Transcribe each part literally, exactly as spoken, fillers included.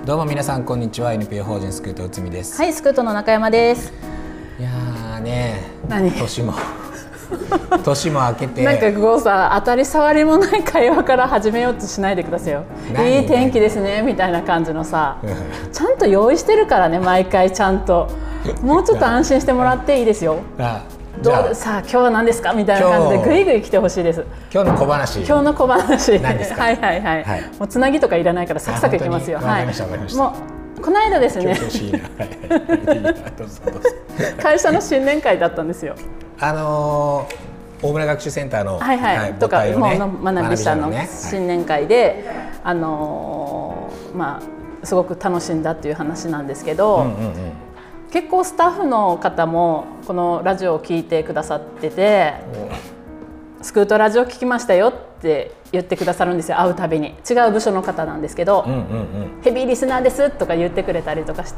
どうも皆さんこんにちは。 エヌピーオー 法人スクートうつみです。 はい、スクートの中山です。 いやーね、 何年も年も明けて、 なんかこうさ、当たり障りもない会話から始めようとしないでくださいよ。いい天気ですねみたいな感じのさちゃんと用意してるからね、毎回ちゃんと。もうちょっと安心してもらっていいですよ。 あどうさあ今日は何ですかみたいな感じでぐいぐい来てほしいです。 今日の小話、 今日の小話何ですか？ はいはいはい、はい、もうつなぎとかいらないからサクサクいきますよ。 はい、わかりましたわかりました。 もうこの間ですね会社の新年会だったんですよ。 あのー、大村学習センターのはいはい、はい、とか、ね、もう学び社の新年会で、はい、あのー、まあすごく楽しんだっていう話なんですけど、うんうんうん、結構スタッフの方もこのラジオを聞いてくださってて、スクートラジオ聞きましたよって言ってくださるんですよ、会うたびに。違う部署の方なんですけど、うんうんうん、ヘビーリスナーですとか言ってくれたりとかして、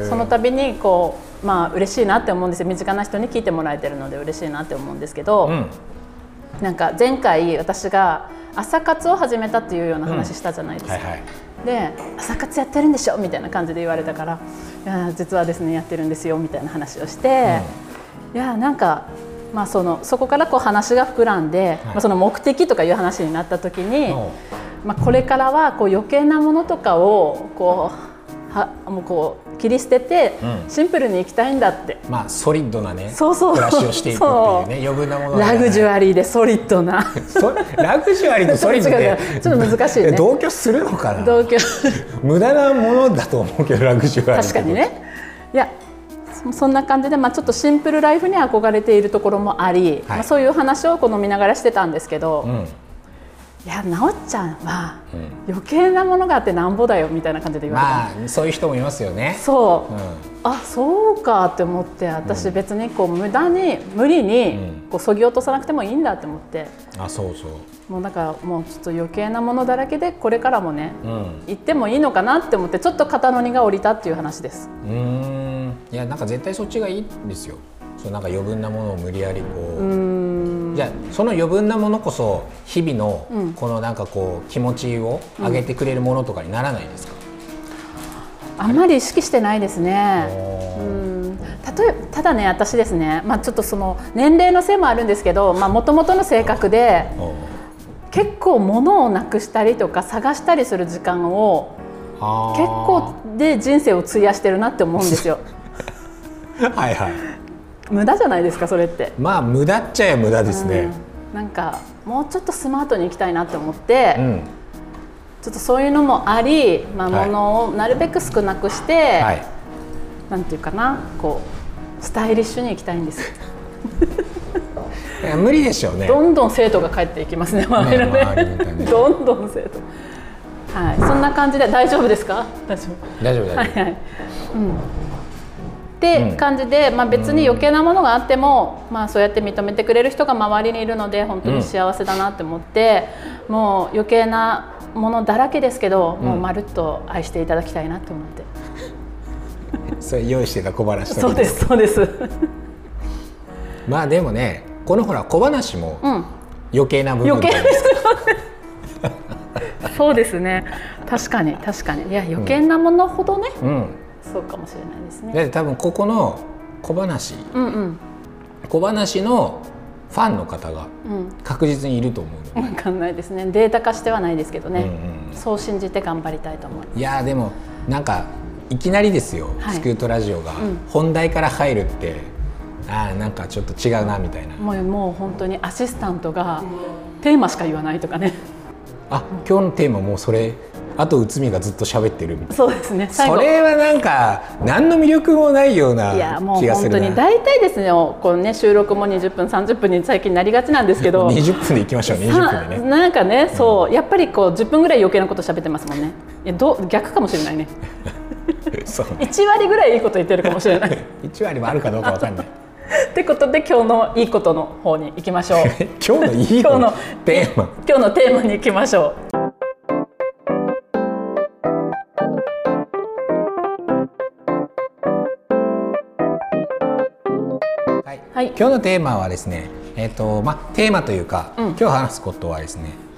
そのたびにこう、まあ嬉しいなって思うんですよ。身近な人に聞いてもらえてるので嬉しいなって思うんですけど、うん、なんか前回私が朝活を始めたっていうような話したじゃないですか、うんはいはい、で朝活やってるんでしょみたいな感じで言われたから、いや実はですねやってるんですよみたいな話をして、うん、いやなんかまあ、そのそこからこう話が膨らんで、はい、まあ、その目的とかいう話になった時に、まあ、これからはこう余計なものとかをこうはもうこう切り捨ててシンプルにいきたいんだって、 うん、まあソリッドなねそうそう暮らしをしていくっていうね、余分なものラグジュアリーでソリッドなラグジュアリーとソリッドでちょっと難しいね。 同居するのかな。 同居無駄なものだと思うけど、ラグジュアリー確かにね。いやそんな感じで、まあ、ちょっとシンプルライフに憧れているところもあり、はい、まあ、そういう話をこの見ながらしてたんですけど、うん、いやなおちゃんは余計なものがあってなんぼだよみたいな感じで言われた、 まあ、そういう人もいますよね。 そう、うん、あそうかって思って、私別にこう無駄に無理にこう削ぎ落とさなくてもいいんだって思って、 うん、あそうそうもうだからもうちょっと余計なものだらけでこれからもね、うん、行ってもいいのかなって思って、ちょっと肩の荷が下りたっていう話です。 うーん、いやなんか絶対そっちがいいんですよ。そうなんか余分なものを無理やりこう、うーん、じゃあその余分なものこそ日々のこのなんかこう気持ちを上げてくれるものとかにならないですか？ うん、あんまり意識してないですね。うん、例えばただね、私ですね、まあ、ちょっとその年齢のせいもあるんですけど、もともとの性格で結構物をなくしたりとか探したりする時間を結構で人生を費やしてるなって思うんですよ。 はいはい。 無駄じゃないですかそれって。 まあ無駄っちゃ無駄ですね、 うん、なんかもうちょっとスマートに行きたいなって思って、うん、ちょっとそういうのもあり、まあ、物をなるべく少なくして、はい、なんていうかな、こうスタイリッシュに行きたいんですよ。 いや無理でしょうね。 どんどん生徒が帰っていきますね、周りのね。ねどんどん生徒。はい、そんな感じで大丈夫ですか？大丈夫。 大丈夫大丈夫。はいはい。 うん。って感じで、まあ、別に余計なものがあっても、まあ、そうやって認めてくれる人が周りにいるので本当に幸せだなって思って、うん、もう余計なものだらけですけど、うん、もうまるっと愛していただきたいなと思って。 それ用意してた小話と。 そうですそうです。 まあでもね、このほら小話も余計な部分余計ですよね。そうですね、確かに確かに。いや余計なものほどね、うんうん、そうかもしれないですね。 で多分ここの小話、うんうん、小話のファンの方が確実にいると思うので、 うん、分かんないですね。データ化してはないですけどね、うんうん、そう信じて頑張りたいと思います。 いやでもなんかいきなりですよ、はい、スクートラジオが本題から入るって、うん、あなんかちょっと違うなみたいな。 もう、もう本当にアシスタントがテーマしか言わないとかね。 あ今日のテーマもうそれ、あと内海がずっと喋ってるみたいな。 そうですね。 それはなんか何の魅力もないような気がするな。いやもう本当に大体ですね、こうね収録もにじゅっぷんさんじゅっぷんに最近なりがちなんですけど。 にじゅっぷんでいきましょう。にじゅっぷんでね。 なんかね、そう、うん、やっぱりこうじゅっぷんぐらい余計なこと喋ってますもんね。いやどう逆かもしれないね。そうね。いちわりぐらいいいこと言ってるかもしれない。 いちわりもあるかどうかわかんない。 ってことで今日のいいことの方に行きましょう。 今日のいいことのテーマ。 今日のテーマに行きましょう。 はい、今日のテーマはですね、えーとま、テーマというか、うん、今日話すことはですね、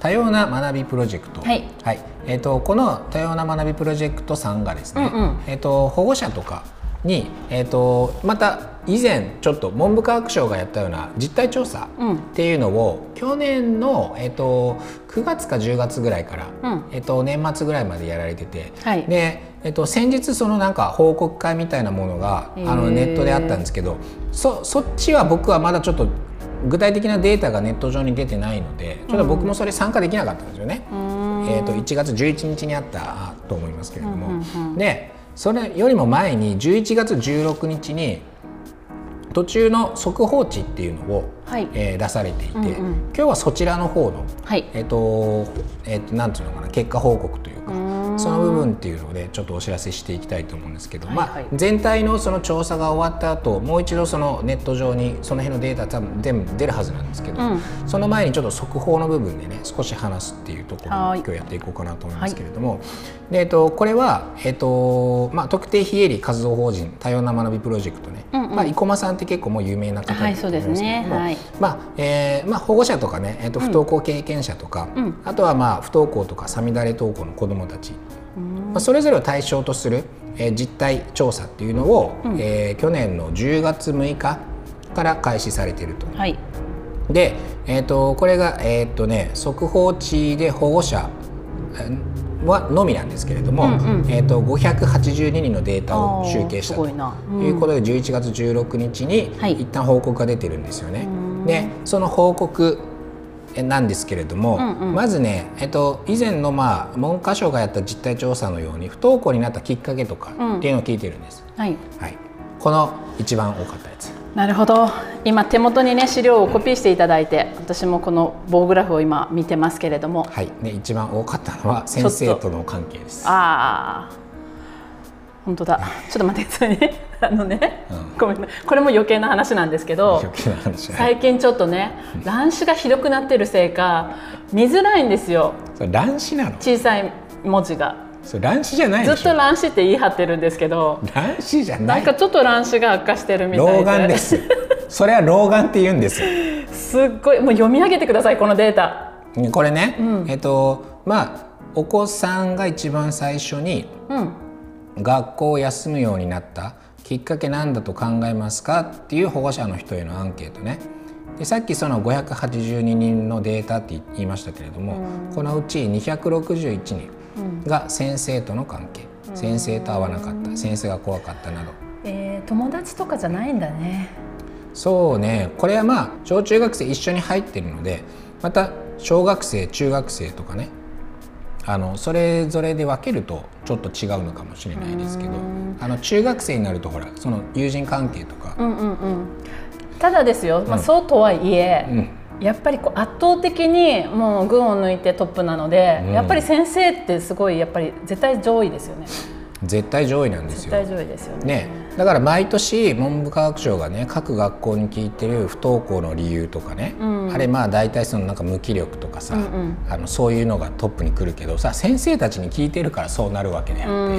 多様な学びプロジェクト、 はいはい、えー、とこの多様な学びプロジェクトさんがですね、 うんうん、 えー、と保護者とかに、えー、とまた以前ちょっと文部科学省がやったような実態調査っていうのを、うん、去年の、えー、とくがつかじゅうがつぐらいから、うん、えー、と年末ぐらいまでやられてて、はい、で、えー、と先日そのなんか報告会みたいなものがあのネットであったんですけど、そ, そっちは僕はまだちょっと具体的なデータがネット上に出てないので、ちょっと僕もそれ参加できなかったんですよね。うん、えー、といちがつじゅういちにちにあったと思いますけれども、うんうんうん、でそれよりも前にじゅういちがつじゅうろくにちに途中の速報値っていうのを、はい、えー、出されていて、うんうん、今日はそちらの方の、はい、えっ、ー、と、えっ、ー、と、なんていうのかな、結果報告というか、その部分っていうのでちょっとお知らせしていきたいと思うんですけど、はいはい、まあ、全体のその調査が終わった後、もう一度そのネット上にその辺のデータ多分全部出るはずなんですけど、うん、その前にちょっと速報の部分でね少し話すっていうところを今日やっていこうかなと思いますけれども、はい、でえっと、これは、えっとまあ、特定非営利活動法人多様な学びプロジェクトね、うんうん、まあ、生駒さんって結構もう有名な方だと思いますけども、はい、まあえーまあ、保護者とかね、えっと、不登校経験者とか、うん、あとはまあ不登校とかさみだれ登校の子どもたち、まあ、それぞれを対象とする、えー、実態調査っていうのを、うん、えー、去年のじゅうがつむいかから開始されていると。はい、で、えー、とこれが、えーとね、速報値で保護者はのみなんですけれども、うんうん、えー、とごひゃくはちじゅうににんのデータを集計したということで、じゅういちがつじゅうろくにちに一旦報告が出てるんですよね。はい、でその報告なんですけれども、うんうん、まずね、えっと、以前の、まあ、文科省がやった実態調査のように不登校になったきっかけとかっていうのを聞いてるんです。うん、はい、はい、この一番多かったやつ。 なるほど。今手元にね資料をコピーしていただいて、私もこの棒グラフを今見てますけれども、 はい、ね、一番多かったのは先生との関係です。 ああ、本当だ。ちょっと待ってくださいね。あのね、うん、ごめんな、これも余計な話なんですけど、最近ちょっとね、乱視がひどくなってるせいか見づらいんですよ。 それ乱視なの？ 小さい文字が。 それ乱視じゃないでしょ。 ずっと乱視って言い張ってるんですけど、 乱視じゃない。 なんかちょっと乱視が悪化してるみたいで。 老眼です。それは老眼って言うんですよ。 すっごい、もう読み上げてくださいこのデータ。 これね、うん、えっとまあお子さんが一番最初に学校を休むようになったきっかけなんだと考えますかっていう保護者の人へのアンケートね。でさっきそのごひゃくはちじゅうににんのデータって言いましたけれども、うん、このうちにひゃくろくじゅういちにんが先生との関係、うん、先生と会わなかった、先生が怖かったなど、 えー、友達とかじゃないんだね。 そうね、これはまあ小中学生一緒に入ってるので、また小学生中学生とかね、あのそれぞれで分けるとちょっと違うのかもしれないですけど、あの中学生になるとほらその友人関係とか、うんうんうん、 ただですよ、まあ、そうとはいえ、うん、やっぱりこう圧倒的にもう群を抜いてトップなので、うん、やっぱり先生ってすごいやっぱり絶対上位ですよね。 絶対上位なんですよ。 絶対上位ですよね。 ね、だから毎年文部科学省がね各学校に聞いてる不登校の理由とかね、うん、あれまあ大体そのなんか無気力とかさ、うんうん、あのそういうのがトップに来るけどさ、先生たちに聞いてるからそうなるわけであって、うんうん、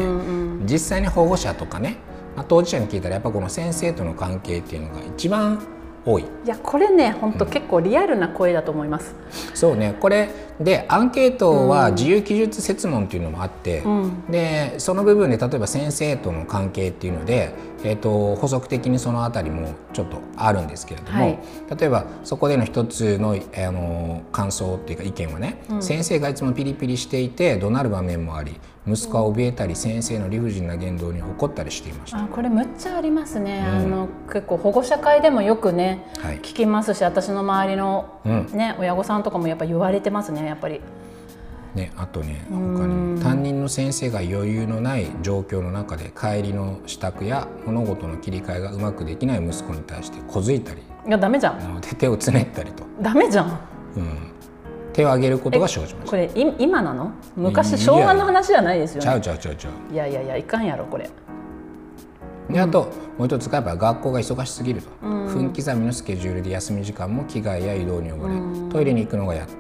実際に保護者とかね、まあ、当事者に聞いたらやっぱこの先生との関係っていうのが一番多い。 いやこれね本当結構リアルな声だと思います。 うん、そうね、これでアンケートは自由記述設問っていうのもあって、うん、でその部分で例えば先生との関係っていうので、えー、と補足的にそのあたりもちょっとあるんですけれども、はい、例えばそこでの一つの、あの感想っていうか意見はね、うん、先生がいつもピリピリしていて怒鳴る場面もあり、息子は怯えたり先生の理不尽な言動に怒ったりしていました。 あ、これむっちゃありますね。うん、あの結構保護者会でもよくね、はい、聞きますし、私の周りの、ね、うん、親御さんとかもやっぱ言われてますね、やっぱり。 ね、あとね、他にも担任の先生が余裕のない状況の中で帰りの支度や物事の切り替えがうまくできない息子に対して小づいたり、 いやダメじゃん。 手をつねったりと。 ダメじゃん。 うん、手を挙げることが生じました。 これ今なの？昔昭和の話じゃないですよね。 ちゃうちゃうちゃうちゃう。 いやいやいや、いかんやろこれ。 であともう一つがやっぱ学校が忙しすぎると、うん、分刻みのスケジュールで休み時間も着替えや移動に追われ、うん、トイレに行くのがやっと、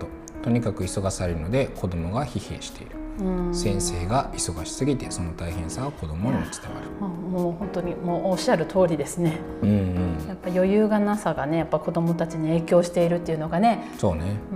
とにかく急がされるので子どもが疲弊している。先生が忙しすぎてその大変さが子どもにも伝わる。 もう本当にもうおっしゃる通りですね。うんうん、やっぱ余裕がなさがねやっぱ子どもたちに影響しているっていうのがね。 そうね。うん、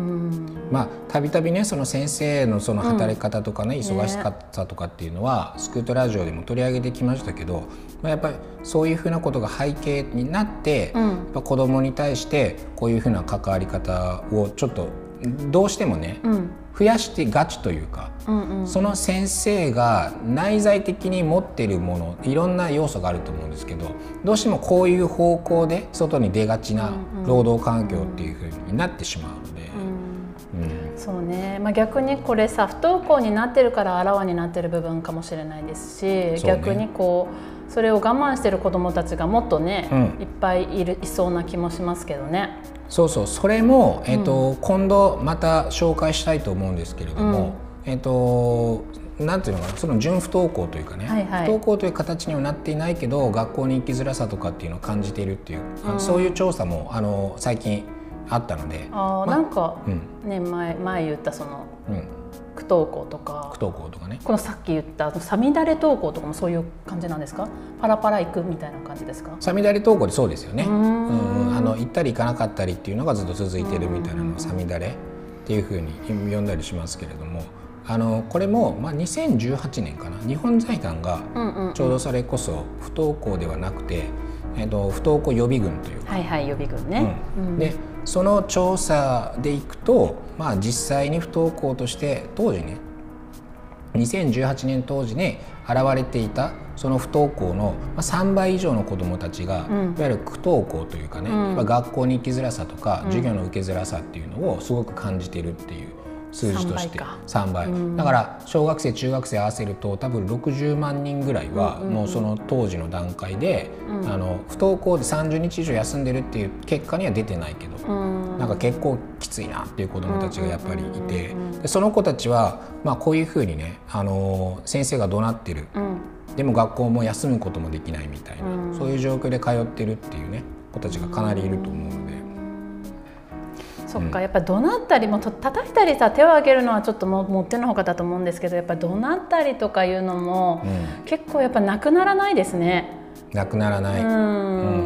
まあたびたびねその先生のその働き方とかね、うん、忙しかったとかっていうのは、ね、スクートラジオでも取り上げてきましたけど、まあ、やっぱりそういうふうなことが背景になって、うん、やっぱ子どもに対してこういうふうな関わり方をちょっとどうしてもね、うん、増やしてがちというか、うんうん、その先生が内在的に持っているものいろんな要素があると思うんですけど、どうしてもこういう方向で外に出がちな労働環境っていうふうになってしまうので、 うんうんうん、そうね、まあ、逆にこれさ不登校になってるからあらわになってる部分かもしれないですし、ね、逆にこうそれを我慢してる子どもたちがもっとね、うん、いっぱいいるいそうな気もしますけどね。 そうそう、それも、えーとうん、今度また紹介したいと思うんですけれども、うん、えーとなんていうのかな、その準不登校というかね、はいはい、不登校という形にはなっていないけど学校に行きづらさとかっていうのを感じているっていう、うん、そういう調査もあの最近あったので、 あ、ま、なんか、うん、ね、前前言ったその、うん、不登校とか不登校とかね、 このさっき言ったさみだれ登校とかもそういう感じなんですか？パラパラ行くみたいな感じですか？ さみだれ登校でそうですよね。うん、あの行ったり行かなかったりっていうのがずっと続いてるみたいなのをさみだれっていうふうに呼んだりしますけれども、あのこれも、まあ、にせんじゅうはちねんかな、日本財団がちょうどそれこそ不登校ではなくて、えー、と不登校予備軍というか、 はいはい、予備軍ね、 うん、でその調査でいくと、まあ、実際に不登校として当時ねにせんじゅうはちねん当時に現れていたその不登校のさんばい以上の子どもたちが、うん、いわゆる不登校というかね、うん、学校に行きづらさとか、うん、授業の受けづらさっていうのをすごく感じているっていう数字としてさんばい、うん、だから小学生中学生合わせると多分ろくじゅうまんにんぐらいはもうその当時の段階で、うん、あの不登校でさんじゅうにち以上休んでるっていう結果には出てないけど、うん、なんか結構きついなっていう子どもたちがやっぱりいて、でその子たちは、まあ、こういうふうにね、あの先生が怒鳴ってる、うん、でも学校も休むこともできないみたいな、うん、そういう状況で通ってるっていうね子たちがかなりいると思うので。 そっか、やっぱり怒鳴ったりも叩いたりさ手を挙げるのはちょっとももってのほかだと思うんですけど、やっぱり怒鳴ったりとかいうのも、うん、結構やっぱなくならないですね。 なくならない。うん、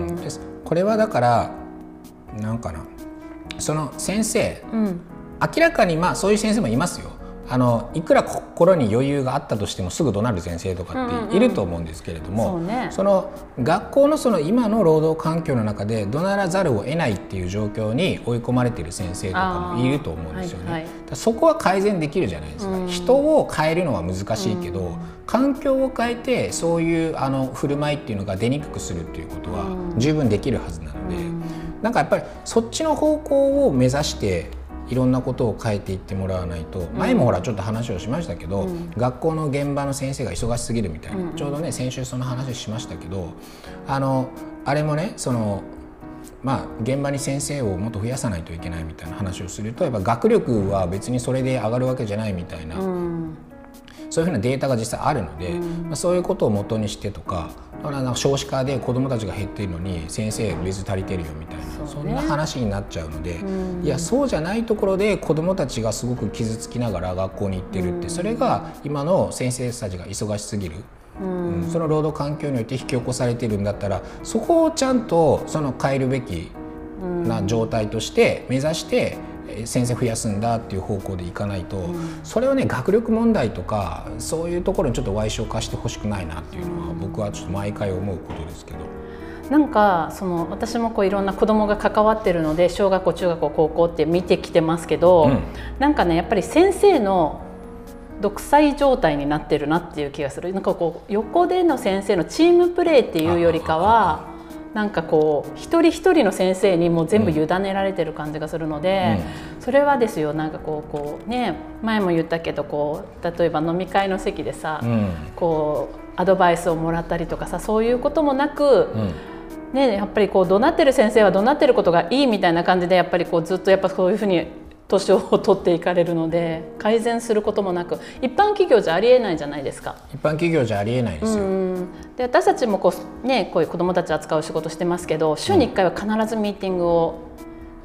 うん、これはだからなんかな、その先生、うん、明らかにまあそういう先生もいますよ。あのいくら心に余裕があったとしてもすぐ怒鳴る先生とかっていると思うんですけれども、うんうん、 そうね、その学校のその今の労働環境の中で怒鳴らざるを得ないっていう状況に追い込まれている先生とかもいると思うんですよね。はいはい、そこは改善できるじゃないですか。うん、人を変えるのは難しいけど、うん、環境を変えてそういうあの振る舞いっていうのが出にくくするっていうことは十分できるはずなので、うん、なんかやっぱりそっちの方向を目指していろんなことを変えていってもらわないと、前もほらちょっと話をしましたけど、うん、学校の現場の先生が忙しすぎるみたいな、うん、ちょうどね先週その話しましたけど、あのあれもね、そのまあ現場に先生をもっと増やさないといけないみたいな話をすると、やっぱ学力は別にそれで上がるわけじゃないみたいな、うん、そういうふうなデータが実際あるので、うん、まあ、そういうことを元にしてとか、だからなんか少子化で子どもたちが減っているのに先生別足りてるよみたいな、 そ,、ね、そんな話になっちゃうので、うん、いやそうじゃないところで子どもたちがすごく傷つきながら学校に行ってるって、うん、それが今の先生たちが忙しすぎる、うんうん、その労働環境において引き起こされているんだったら、そこをちゃんとその変えるべきな状態として目指して先生増やすんだっていう方向でいかないと、うん、それをね学力問題とかそういうところにちょっと歪償化してほしくないなっていうのは、僕はちょっと毎回思うことですけど。 なんかその私もこういろんな子どもが関わってるので小学校中学校高校って見てきてますけど、うん、なんかねやっぱり先生の独裁状態になってるなっていう気がする。なんかこう横での先生のチームプレーっていうよりかは、なんかこう一人一人の先生にもう全部委ねられてる感じがするので、うん、それはですよ、なんかこうこうね、前も言ったけどこう例えば飲み会の席でさ、うん、こうアドバイスをもらったりとかさ、そういうこともなく、うんね、やっぱりこう怒鳴ってる先生は怒鳴ってることがいいみたいな感じでやっぱりこうずっとやっぱそういうふうに年を取っていかれるので、改善することもなく一般企業じゃありえないじゃないですか。 一般企業じゃありえないですよ。 うんで私たちもこう、ね、こういう子どもたちを扱う仕事してますけど、週にいっかいは必ずミーティングを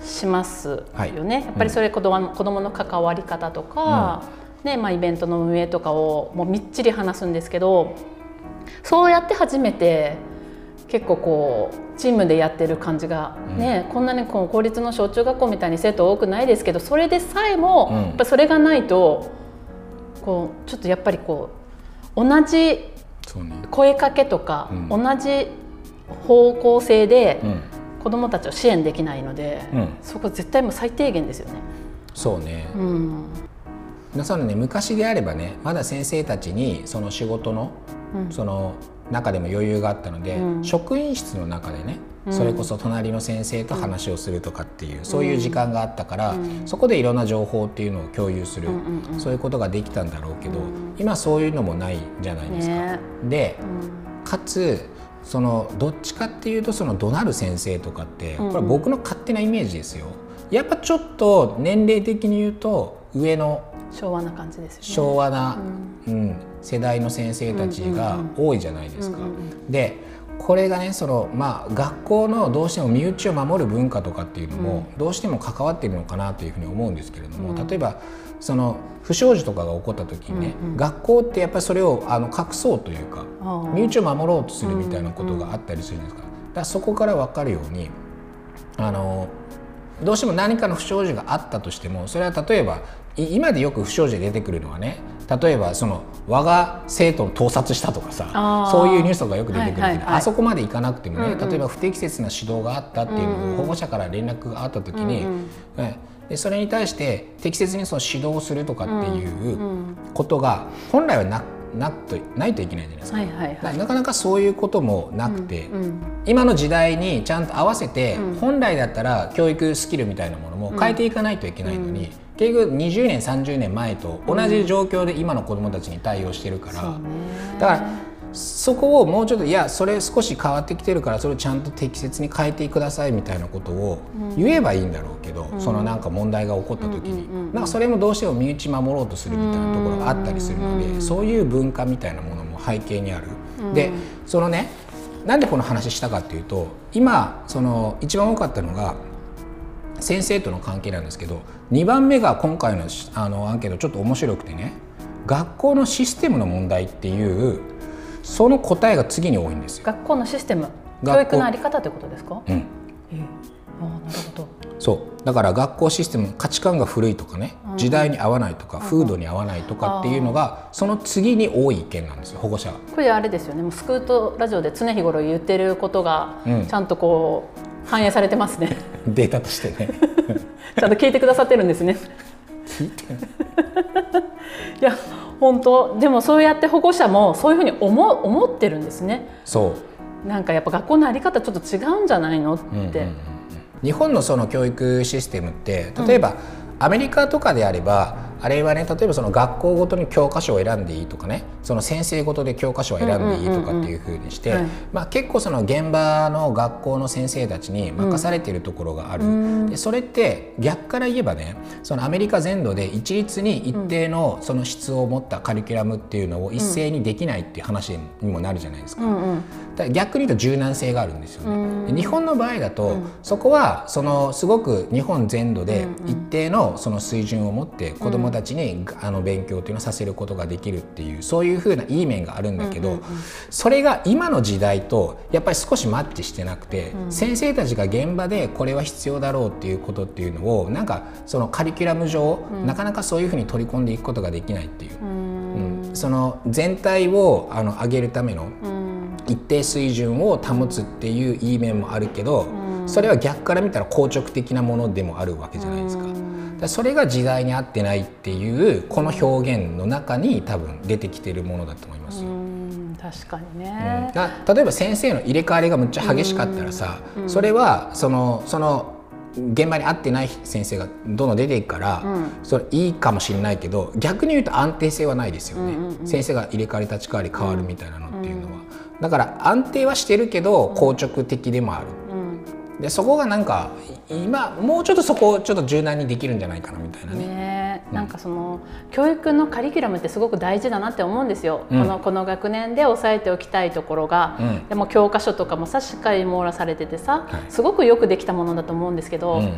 しますよね、 はい、 やっぱりそれ子供の、子供の関わり方とか、うんねまあ、イベントの運営とかをもうみっちり話すんですけど、そうやって初めて結構こうチームでやってる感じが、ねうん、こんなにこう公立の小中学校みたいに生徒多くないですけど、それでさえも、うん、やっぱそれがないとこうちょっとやっぱりこう同じ声かけとか、うん、同じ方向性で子どもたちを支援できないので、うん、そこ絶対もう最低限ですよね。 そうね、うんそのね、昔であればねまだ先生たちにその仕事の、うん、その中でも余裕があったので、うん、職員室の中でね、うん、それこそ隣の先生と話をするとかっていう、うん、そういう時間があったから、うん、そこでいろんな情報っていうのを共有する、うんうんうん、そういうことができたんだろうけど、うん、今そういうのもないじゃないですか。ね、で、うん、かつそのどっちかっていうとその怒鳴る先生とかってこれは僕の勝手なイメージですよ。やっぱちょっと年齢的に言うと上の昭和な感じですよね。 昭和な、うんうん、世代の先生たちが多いじゃないですか。でこれがねその、まあ、学校のどうしても身内を守る文化とかっていうのもどうしても関わっているのかなというふうに思うんですけれども、うん、例えばその不祥事とかが起こった時にね、うんうん、学校ってやっぱりそれをあの隠そうというか身内を守ろうとするみたいなことがあったりするんですから、だからそこから分かるようにあのどうしても何かの不祥事があったとしても、それは例えば今でよく不祥事で出てくるのはね、例えばその我が生徒を盗撮したとかさ、そういうニュースとかよく出てくるけど、はいはいはい、あそこまでいかなくてもね、うんうん、例えば不適切な指導があったっていうのを保護者から連絡があった時に、うんうんね、でそれに対して適切にその指導をするとかっていうことが本来はななとないといけないじゃないですか、はいはいはい、なかなかそういうこともなくて、うんうん、今の時代にちゃんと合わせて、うん、本来だったら教育スキルみたいなものも変えていかないといけないのに、うん、結局にじゅうねんさんじゅうねんまえと同じ状況で今の子どもたちに対応してるから、うん、だからそこをもうちょっといやそれ少し変わってきてるからそれをちゃんと適切に変えてくださいみたいなことを言えばいいんだろうけど、うん、そのなんか問題が起こった時に、うんうんうん、なんかそれもどうしても身内守ろうとするみたいなところがあったりするので、うんうん、そういう文化みたいなものも背景にある、うん、でそのねなんでこの話したかっていうと、今その一番多かったのが先生との関係なんですけど、にばんめが今回の、あのアンケートちょっと面白くてね、学校のシステムの問題っていうその答えが次に多いんですよ。 学校のシステム、教育のあり方ってことですか？うん。えー、ああ、なるほど。 そうだから学校システム価値観が古いとかね、時代に合わないとか、うん、風土に合わないとかっていうのがその次に多い意見なんですよ、保護者は。 これあれですよね、もうスクートラジオで常日頃言ってることがちゃんとこう反映されてますね、 うん、データとしてねちゃんと聞いてくださってるんですね聞いていや本当でもそうやって保護者もそういうふうに 思, 思ってるんですね。 そうなんかやっぱ学校のあり方ちょっと違うんじゃないのって、うんうんうん、 日本のその教育システムって例えば、うん、アメリカとかであればあれはね、例えばその学校ごとに教科書を選んでいいとかね、その先生ごとで教科書を選んでいいとかっていう風にして、まあ結構その現場の学校の先生たちに任されているところがある、うん、でそれって逆から言えばね、そのアメリカ全土で一律に一定のその質を持ったカリキュラムっていうのを一斉にできないっていう話にもなるじゃないですか、うんうん、だから逆に言うと柔軟性があるんですよね、うん、日本の場合だと、うん、そこはそのすごく日本全土で一定のその水準を持って子どもたちにあの勉強っていうのをさせることができるっていう、そういう風ないい面があるんだけど、うんうんうん、それが今の時代とやっぱり少しマッチしてなくて、うん、先生たちが現場でこれは必要だろうっていうことっていうのをなんかそのカリキュラム上、うん、なかなかそういう風に取り込んでいくことができないっていう、うんうん、その全体をあの上げるための一定水準を保つっていういい面もあるけど、うん、それは逆から見たら硬直的なものでもあるわけじゃないですか。だそれが時代に合ってないっていうこの表現の中に多分出てきてるものだと思いますよ。 うん確かにね、 うん、だ例えば先生の入れ替わりがむっちゃ激しかったらさ、それはそのその現場に合ってない先生がどんどん出ていくから、うん、それいいかもしれないけど逆に言うと安定性はないですよね、うんうんうん、先生が入れ替わり立ち替わり変わるみたいなのっていうのは、うん、だから安定はしてるけど硬直的でもある、うん、でそこがなんか今もうちょっとそこをちょっと柔軟にできるんじゃないかなみたいなね。 ね、なんかその教育のカリキュラムってすごく大事だなって思うんですよ、うん、このこの学年で押さえておきたいところが、うん、でも教科書とかもさしっかり網羅されててさ、はい、すごくよくできたものだと思うんですけど、うん、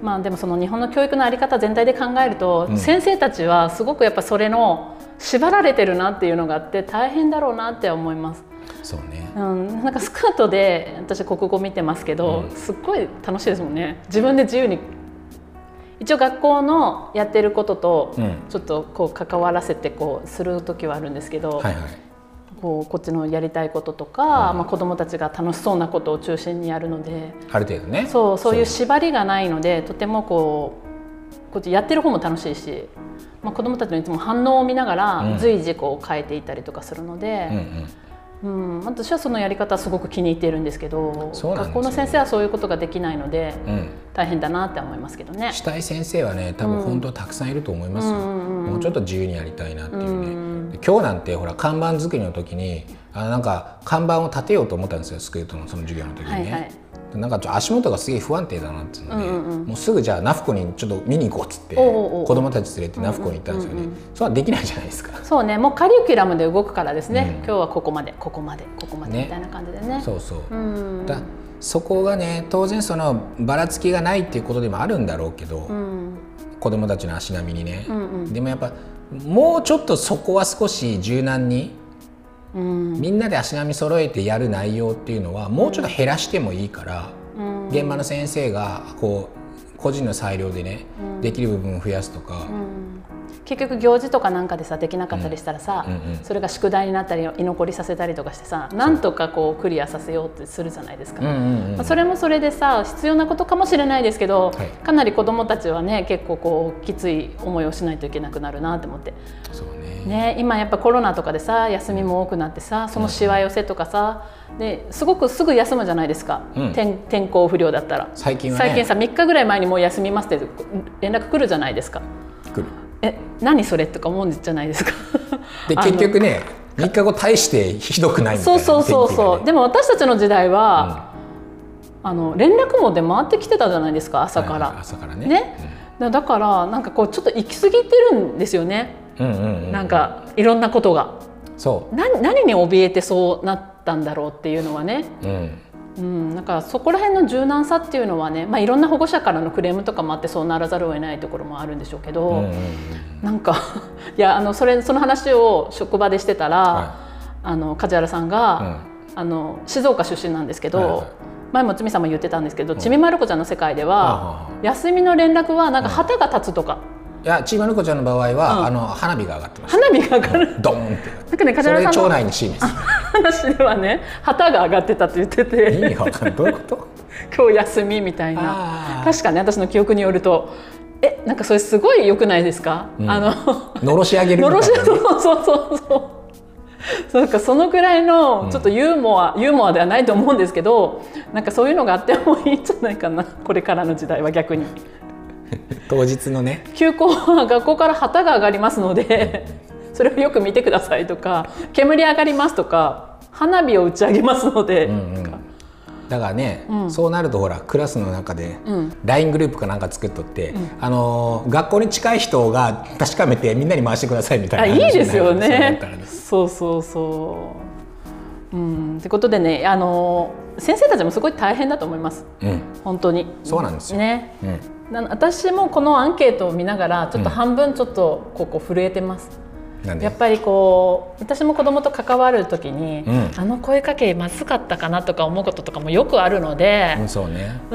まあでもその日本の教育の在り方全体で考えると、うん、先生たちはすごくやっぱそれの縛られてるなっていうのがあって大変だろうなって思います。 そうね、 うん、なんかスカートで私国語見てますけど、うん、すっごい楽しいですもんね。自分で自由に一応学校のやってることとちょっとこう関わらせてこうする時はあるんですけど、はいはい、こうこっちのやりたいこととか、うん、まあ、子どもたちが楽しそうなことを中心にやるので、 ある程度ね、 そう、そういう縛りがないのでとてもこうこっちやってる方も楽しいし、まあ、子どもたちのいつも反応を見ながら随時こう変えていったりとかするので、うんうんうん、私はそのやり方すごく気に入っているんですけど、学校の先生はそういうことができないので、うん、大変だなって思いますけどね。 したい先生はね多分本当たくさんいると思いますよ、うん、もうちょっと自由にやりたいなっていうね、うん、今日なんてほら看板作りの時にあなんか看板を立てようと思ったんですよ、スクートのその授業の時にね、はいはい、なんかちょ足元がすげえ不安定だなっていうので、うんうんうん、もうすぐじゃあナフコにちょっと見に行こうっつって子供たち連れてナフコに行ったんですよね、うんうんうんうん、それはできないじゃないですか。 そうね、もうカリキュラムで動くからですね、うん、今日はここまでここまでここまでみたいな感じでね、 そうそう、うん、だそこがね当然そのばらつきがないっていうことでもあるんだろうけど、うん、子供たちの足並みにね、うんうん、でもやっぱもうちょっとそこは少し柔軟に、うん、みんなで足並み揃えてやる内容っていうのはもうちょっと減らしてもいいから、うん、現場の先生がこう個人の裁量でね、うん、できる部分を増やすとか、うん、 結局行事とかなんかでさできなかったりしたらさ、うんうんうん、それが宿題になったり居残りさせたりとかしてさ、なんとかこうクリアさせようってするじゃないですか、うんうんうん、まあ、それもそれでさ必要なことかもしれないですけど、はい、かなり子どもたちはね結構こうきつい思いをしないといけなくなるなって思って、 そうね、 ね、今やっぱコロナとかでさ休みも多くなってさ、そのしわ寄せとかさですごくすぐ休むじゃないですか、うん、天, 天候不良だったら最近はね、 最近さみっかぐらい前にもう休みますって連絡来るじゃないですか。 来る。 え何それとか思うんじゃないですかで結局ねみっかご大してひどくないみたいな、 そうそうそうそう、ね、でも私たちの時代は、うん、あの連絡網で回ってきてたじゃないですか朝から、はいはい、朝からね、ね、うん、だからなんかこうちょっと行き過ぎてるんですよね、うんうんうん、なんかいろんなことがそうな何に怯えてそうなったんだろうっていうのはね、うんうん、なんかそこら辺の柔軟さっていうのはね、まあ、いろんな保護者からのクレームとかもあってそうならざるを得ないところもあるんでしょうけど、うんうんうん、なんかいやあの それその話を職場でしてたら、はい、あの梶原さんが、うん、あの静岡出身なんですけど、はいはい、前もつみさんも言ってたんですけど、うん、ちびまる子ちゃんの世界では、うん、休みの連絡はなんか旗が立つとか、 いやちびまる子ちゃんの場合は、うん、あの花火が上がってました。 花火が上がる、 ドーンって、 なんかね、梶原さんのそれ町内にシーンです話ではね旗が上がってたって言ってて、 意味が分かんない、どういうこと今日休みみたいな、確かね私の記憶によると、えなんかそれすごい良くないですか、うん、あののろし上げるみたいな、ね、 そうそうそうそうそうか、そのくらいのちょっとユーモア、うん、ユーモアではないと思うんですけど、なんかそういうのがあってもいいんじゃないかな、これからの時代は逆に当日のね休校は学校から旗が上がりますのでそれをよく見てくださいとか、煙上がりますとか、花火を打ち上げますので、うんうん、 だからね、うん、そうなるとほらクラスの中で ライン グループかなんか作っとって、うん、あの学校に近い人が確かめてみんなに回してくださいみたいな話になる。 あ、いいですよね。そうそうそう、うん、ってことでね、あの先生たちもすごい大変だと思います、うん、本当に。 そうなんですよ、 ね、うん、私もこのアンケートを見ながらちょっと半分ちょっとここ震えてます、うん、なんでやっぱりこう私も子供と関わる時に、うん、あの声かけまずかったかなとか思うこととかもよくあるので、 うん、そうね、 うん、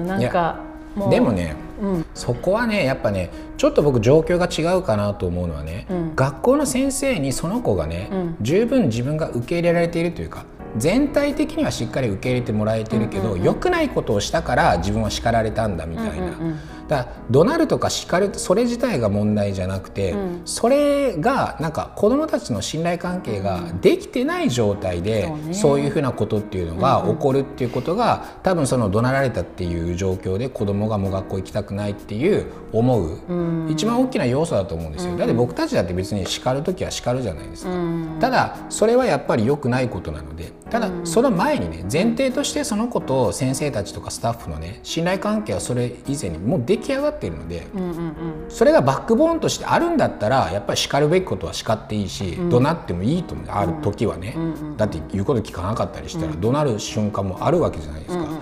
なんかもうでもね、うん、そこはねやっぱねちょっと僕状況が違うかなと思うのはね、うん、学校の先生にその子がね、うん、十分自分が受け入れられているというか、全体的にはしっかり受け入れてもらえてるけど、うんうんうん、良くないことをしたから自分は叱られたんだみたいな、うんうんうん、だから怒鳴るとか叱るそれ自体が問題じゃなくて、うん、それがなんか子どもたちの信頼関係ができてない状態で、うん、そういうふうなことっていうのが起こるっていうことが、うんうん、多分その怒鳴られたっていう状況で子どもがもう学校行きたくないっていう思う、うん、一番大きな要素だと思うんですよ、うん、だって僕たちだって別に叱るときは叱るじゃないですか、うん、ただそれはやっぱり良くないことなので、ただその前にね前提としてその子と先生たちとかスタッフのね信頼関係はそれ以前にもう出来上がっているので、うんうんうん、それがバックボーンとしてあるんだったらやっぱり叱るべきことは叱っていいし、うん、怒鳴ってもいいと思う、ある時はね、うんうん、だって言うこと聞かなかったりしたら怒鳴る瞬間もあるわけじゃないですか、うんうんうん、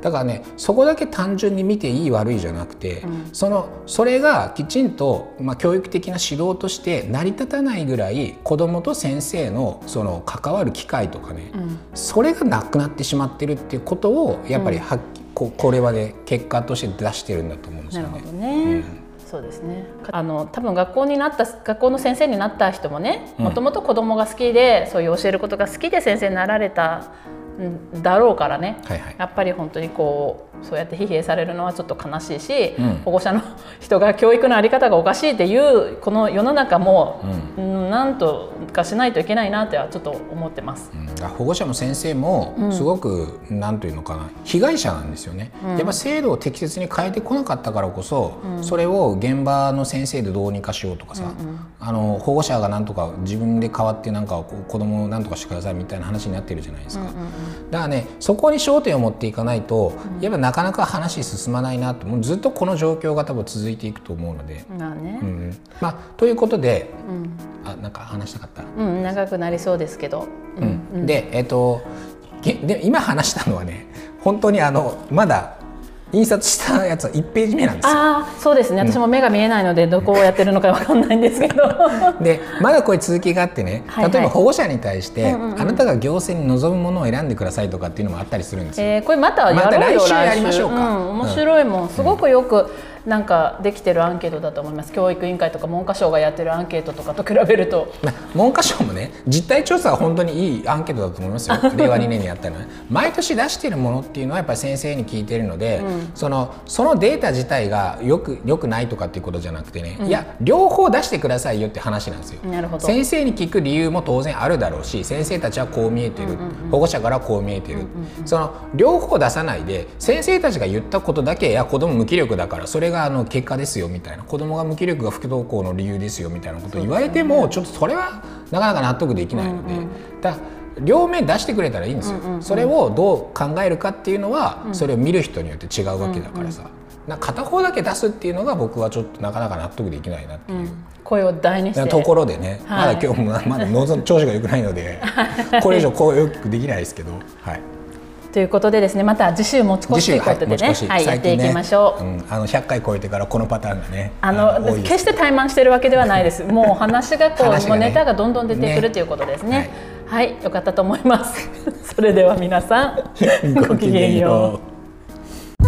だからねそこだけ単純に見ていい悪いじゃなくて、うん、そのそれがきちんと、まあ、教育的な指導として成り立たないぐらい子どもと先生のその関わる機会とかね、うん、それがなくなってしまってるっていうことをやっぱりはっき、うん、こ, これはね結果として出してるんだと思うんですよね。 なるほどね、うん、そうですね。あの多分学校になった学校の先生になった人もね、もともと子どもが好きでそういう教えることが好きで先生になられただろうからね、はいはい、やっぱり本当にこうそうやって疲弊されるのはちょっと悲しいし、うん、保護者の人が教育の在り方がおかしいっていうこの世の中も、うん、なんとかしないといけないなってはちょっと思ってます、うん、 保護者の先生もすごく、うん、なんというのかな被害者なんですよね、うん、やっぱ制度を適切に変えてこなかったからこそ、うん、それを現場の先生でどうにかしようとかさ、うんうん、あの保護者がなんとか自分で代わってなんか子供をなんとかしてくださいみたいな話になってるじゃないですか、うんうんうん、だからねそこに焦点を持っていかないと、うん、やっぱなかなか話進まないなと、もうずっとこの状況が多分続いていくと思うので、 まあね、 うん、まあということで、うん、あなんか話したかった、 うん、長くなりそうですけど、 うんうん、でえっとで今話したのはね本当にあのまだ印刷したやつはいちページ目なんですよ。 ああそうですね、私も目が見えないのでどこをやってるのか分かんないんですけどでまだこれ続きがあってね、はいはい、例えば保護者に対して、うんうんうん、あなたが行政に望むものを選んでくださいとかっていうのもあったりするんですよ、 えー、これまたやろうよ、 また来週やりましょうか、 うん、面白いもん、うん、すごくよくなんかできてるアンケートだと思います。教育委員会とか文科省がやってるアンケートとかと比べると、 まあ、文科省もね実態調査は本当にいいアンケートだと思いますよれいわにねんにやったのは、ね、毎年出しているものっていうのはやっぱり先生に聞いているので、うん、そのそのデータ自体がよくよくないとかっていうことじゃなくてね、うん、いや両方出してくださいよって話なんですよ。 なるほど。 先生に聞く理由も当然あるだろうし、先生たちはこう見えてる、うんうんうん、保護者からこう見えてる、うんうんうん、その両方出さないで先生たちが言ったことだけ、いや子供無気力だからそれがあの結果ですよみたいな、子供が無気力が不登校の理由ですよみたいなことを言われても、ちょっとそれはなかなか納得できないので、うんうん、だ両面出してくれたらいいんですよ、うんうんうん、それをどう考えるかっていうのは、うん、それを見る人によって違うわけだからさ、うんうん、な片方だけ出すっていうのが僕はちょっとなかなか納得できないなっていう、うん、 声を大にしてところでね、はい、まだ今日もまだ脳の調子が良くないのでこれ以上声よくできないですけど、はい。 ということでですね、また次週持ち越しということでね、はいはい、やっていきましょう、 ね、うん、あのひゃっかい超えてからこのパターンがね、 あの決して怠慢してるわけではないですもう話がこう、ね、もうネタがどんどん出てくるということですね、はい、はい、よかったと思いますそれでは皆さんごきげんよう。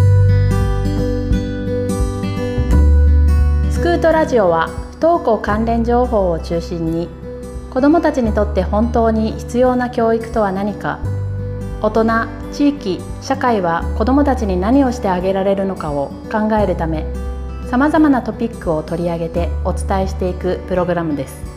スクートラジオは不登校関連情報を中心に子どもたちにとって本当に必要な教育とは何か、大人、地域、社会は子どもたちに何をしてあげられるのかを考えるため、さまざまなトピックを取り上げてお伝えしていくプログラムです。